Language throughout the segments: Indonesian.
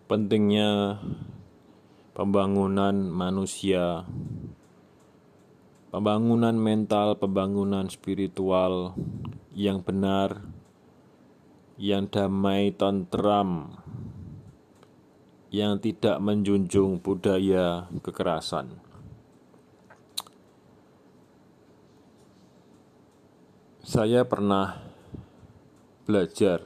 pentingnya pembangunan manusia, pembangunan mental, pembangunan spiritual yang benar, yang damai, tentram, yang tidak menjunjung budaya kekerasan. Saya pernah belajar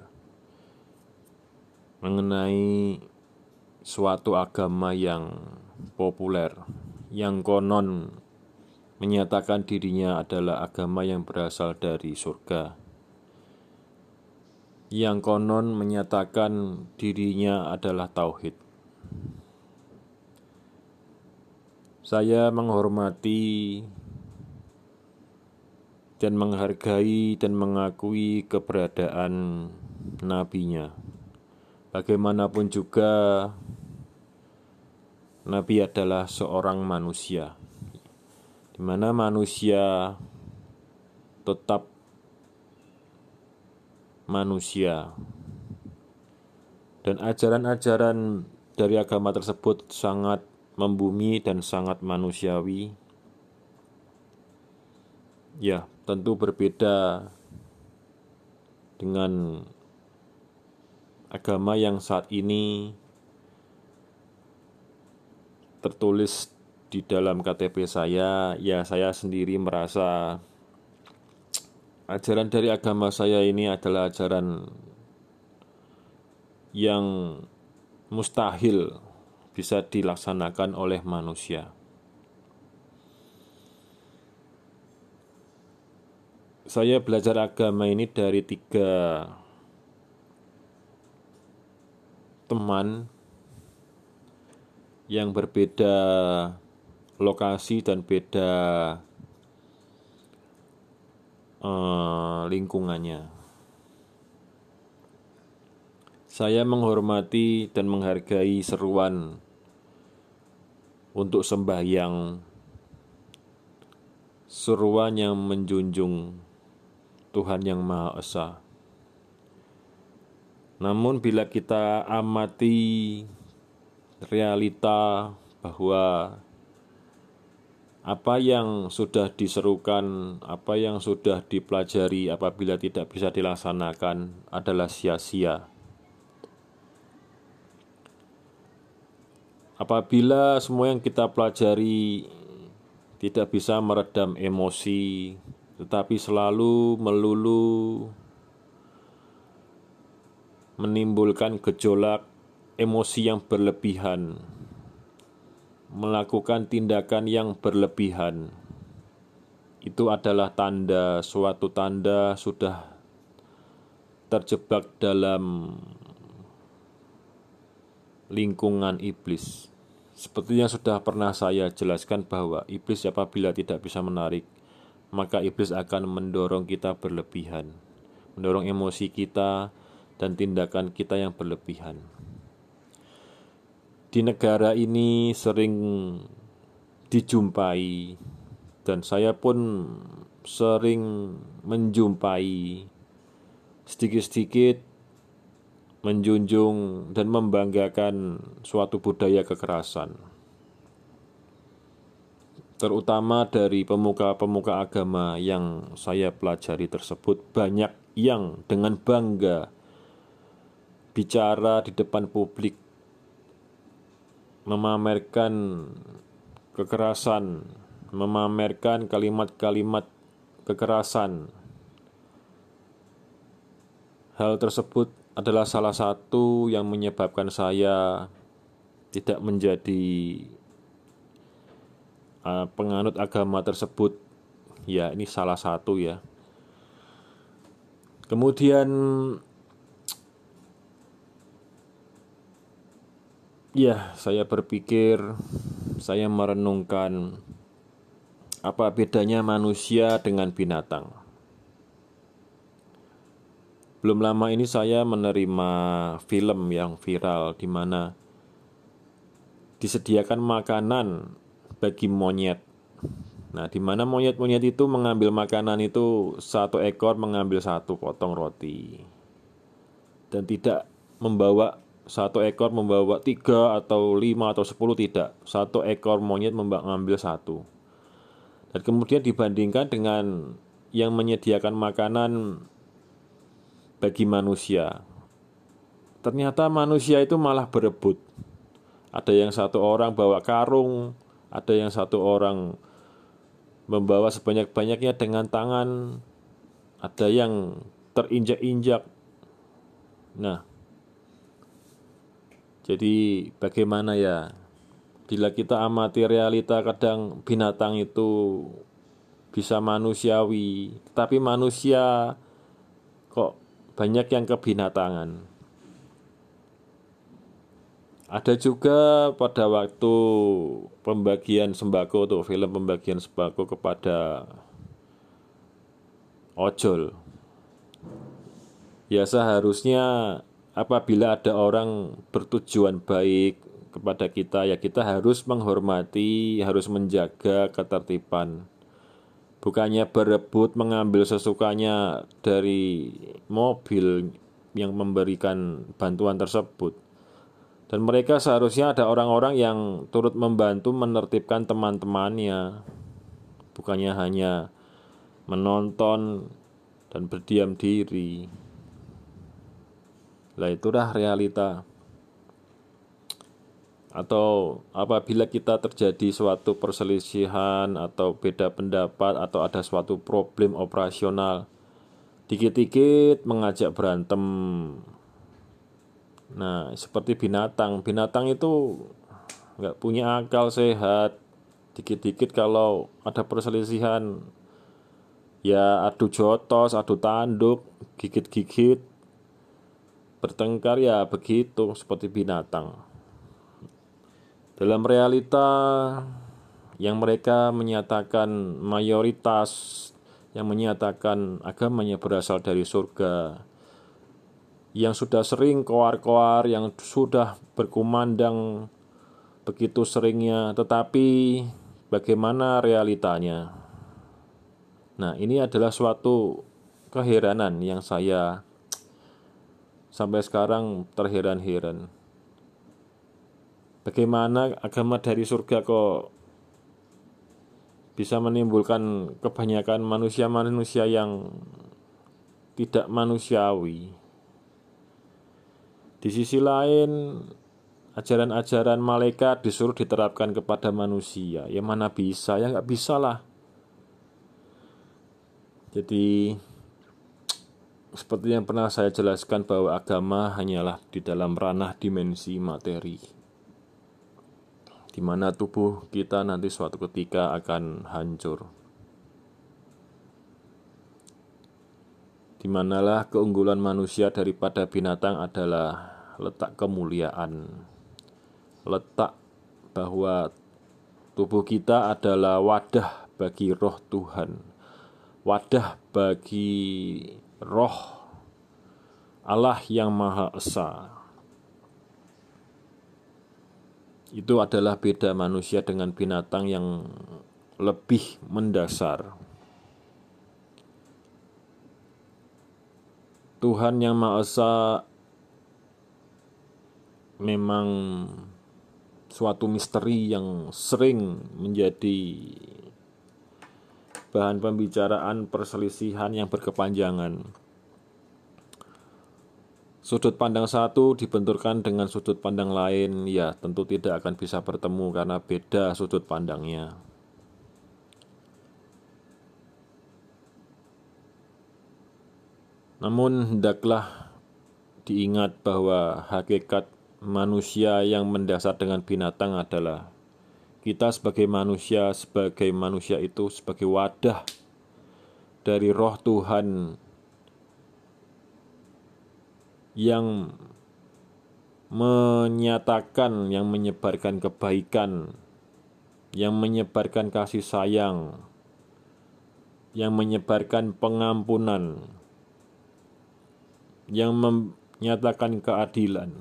mengenai suatu agama yang populer, yang konon menyatakan dirinya adalah agama yang berasal dari surga, yang konon menyatakan dirinya adalah tauhid. Saya menghormati dan menghargai dan mengakui keberadaan nabinya. Bagaimanapun juga, nabi adalah seorang manusia, di mana manusia tetap manusia. Dan ajaran-ajaran dari agama tersebut sangat membumi dan sangat manusiawi. Ya, tentu berbeda dengan agama yang saat ini tertulis di dalam KTP saya. Ya, saya sendiri merasa ajaran dari agama saya ini adalah ajaran yang mustahil bisa dilaksanakan oleh manusia. Saya belajar agama ini dari 3 teman yang berbeda lokasi dan beda lingkungannya. Saya menghormati dan menghargai seruan untuk sembahyang, seruan yang menjunjung Tuhan yang Maha Esa. Namun bila kita amati realita bahwa apa yang sudah diserukan, apa yang sudah dipelajari apabila tidak bisa dilaksanakan adalah sia-sia. Apabila semua yang kita pelajari tidak bisa meredam emosi, tetapi selalu melulu menimbulkan gejolak emosi yang berlebihan, melakukan tindakan yang berlebihan, itu adalah suatu tanda sudah terjebak dalam lingkungan iblis. Seperti yang sudah pernah saya jelaskan bahwa iblis apabila tidak bisa menarik, maka iblis akan mendorong kita berlebihan, mendorong emosi kita dan tindakan kita yang berlebihan. Di negara ini sering dijumpai, dan saya pun sering menjumpai sedikit-sedikit menjunjung dan membanggakan suatu budaya kekerasan, terutama dari pemuka-pemuka agama yang saya pelajari tersebut. Banyak yang dengan bangga bicara di depan publik, memamerkan kekerasan, memamerkan kalimat-kalimat kekerasan. Hal tersebut adalah salah satu yang menyebabkan saya tidak menjadi penganut agama tersebut. Ya, ini salah satu ya. Kemudian ya, saya berpikir, saya merenungkan apa bedanya manusia dengan binatang. Belum lama ini saya menerima film yang viral di mana disediakan makanan bagi monyet. Nah, di mana monyet-monyet itu mengambil makanan itu, 1 ekor mengambil 1 potong roti dan tidak membawa satu ekor membawa 3 atau 5 atau 10, tidak. Satu ekor monyet mengambil satu. Dan kemudian dibandingkan dengan yang menyediakan makanan bagi manusia. Ternyata manusia itu malah berebut. Ada yang satu orang bawa karung, ada yang satu orang membawa sebanyak-banyaknya dengan tangan, ada yang terinjak-injak. Nah, jadi bagaimana ya, bila kita amati realita, kadang binatang itu bisa manusiawi, tapi manusia kok banyak yang kebinatangan. Ada juga pada waktu pembagian sembako tuh, film pembagian sembako kepada ojol. Ya seharusnya apabila ada orang bertujuan baik kepada kita, ya kita harus menghormati, harus menjaga ketertiban. Bukannya berebut mengambil sesukanya dari mobil yang memberikan bantuan tersebut. Dan mereka seharusnya ada orang-orang yang turut membantu menertibkan teman-temannya, bukannya hanya menonton dan berdiam diri. Lah itulah realita. Atau apabila kita terjadi suatu perselisihan atau beda pendapat atau ada suatu problem operasional, dikit-dikit mengajak berantem. Nah, seperti binatang itu nggak punya akal sehat. Dikit-dikit kalau ada perselisihan, ya adu jotos, adu tanduk, gigit-gigit, bertengkar, ya begitu, seperti binatang. Dalam realita yang mereka menyatakan mayoritas, yang menyatakan agamanya berasal dari surga, yang sudah sering koar-koar, yang sudah berkumandang begitu seringnya, tetapi bagaimana realitanya? Nah, ini adalah suatu keheranan yang saya sampai sekarang terheran-heran. Bagaimana agama dari surga kok bisa menimbulkan kebanyakan manusia-manusia yang tidak manusiawi. Di sisi lain, ajaran-ajaran malaikat disuruh diterapkan kepada manusia. Ya mana bisa, ya nggak bisa lah. Jadi seperti yang pernah saya jelaskan bahwa agama hanyalah di dalam ranah dimensi materi, di mana tubuh kita nanti suatu ketika akan hancur. Di manalah keunggulan manusia daripada binatang adalah letak kemuliaan, letak bahwa tubuh kita adalah wadah bagi roh Tuhan, wadah bagi roh Allah yang Maha Esa. Itu adalah beda manusia dengan binatang yang lebih mendasar. Tuhan yang Maha Esa memang suatu misteri yang sering menjadi bahan pembicaraan perselisihan yang berkepanjangan. Sudut pandang satu dibenturkan dengan sudut pandang lain, ya tentu tidak akan bisa bertemu karena beda sudut pandangnya. Namun hendaklah diingat bahwa hakikat manusia yang mendasar dengan binatang adalah kita sebagai manusia itu sebagai wadah dari roh Tuhan yang menyatakan, yang menyebarkan kebaikan, yang menyebarkan kasih sayang, yang menyebarkan pengampunan, yang menyatakan keadilan.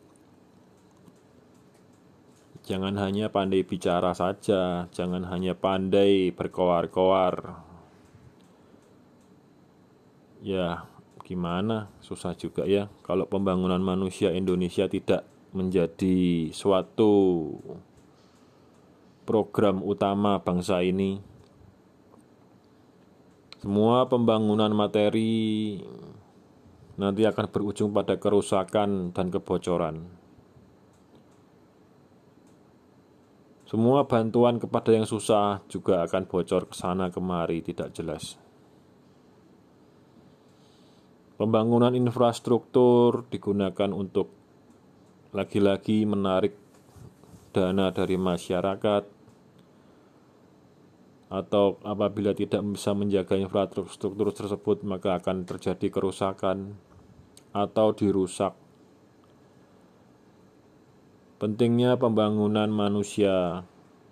Jangan hanya pandai bicara saja, jangan hanya pandai berkoar-koar. Ya, Gimana? Susah juga ya kalau pembangunan manusia Indonesia tidak menjadi suatu program utama bangsa ini. Semua pembangunan materi nanti akan berujung pada kerusakan dan kebocoran. Semua bantuan kepada yang susah juga akan bocor ke sana kemari, tidak jelas. Pembangunan infrastruktur digunakan untuk lagi-lagi menarik dana dari masyarakat, atau apabila tidak bisa menjaga infrastruktur tersebut maka akan terjadi kerusakan atau dirusak. Pentingnya pembangunan manusia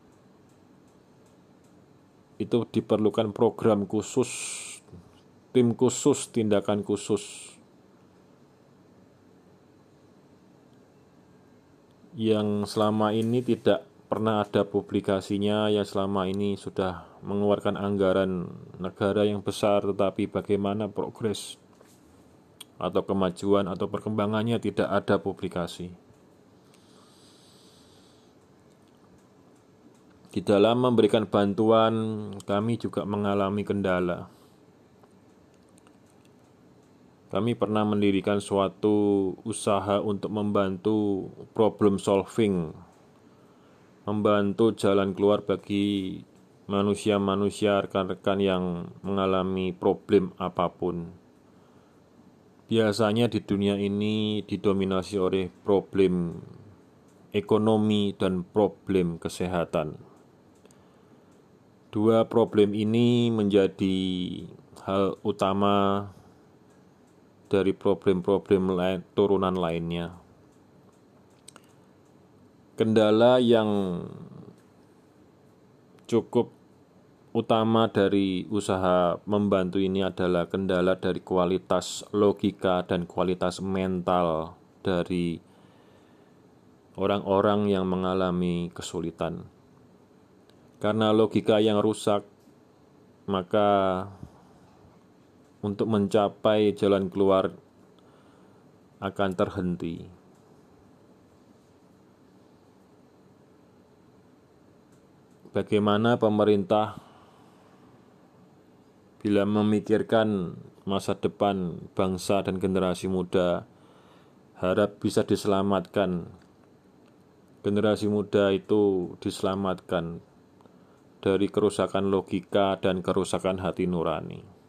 itu diperlukan program khusus, tim khusus, tindakan khusus yang selama ini tidak pernah ada publikasinya, yang selama ini sudah mengeluarkan anggaran negara yang besar, tetapi bagaimana progres atau kemajuan atau perkembangannya tidak ada publikasi. Di dalam memberikan bantuan, kami juga mengalami kendala. Kami pernah mendirikan suatu usaha untuk membantu problem solving, membantu jalan keluar bagi manusia-manusia, rekan-rekan yang mengalami problem apapun. Biasanya di dunia ini didominasi oleh problem ekonomi dan problem kesehatan. Dua problem ini menjadi hal utama dari problem-problem turunan lainnya. Kendala yang cukup utama dari usaha membantu ini adalah kendala dari kualitas logika dan kualitas mental dari orang-orang yang mengalami kesulitan. Karena logika yang rusak, maka untuk mencapai jalan keluar akan terhenti. Bagaimana pemerintah bila memikirkan masa depan bangsa dan generasi muda, harap bisa diselamatkan. Generasi muda itu diselamatkan dari kerusakan logika dan kerusakan hati nurani.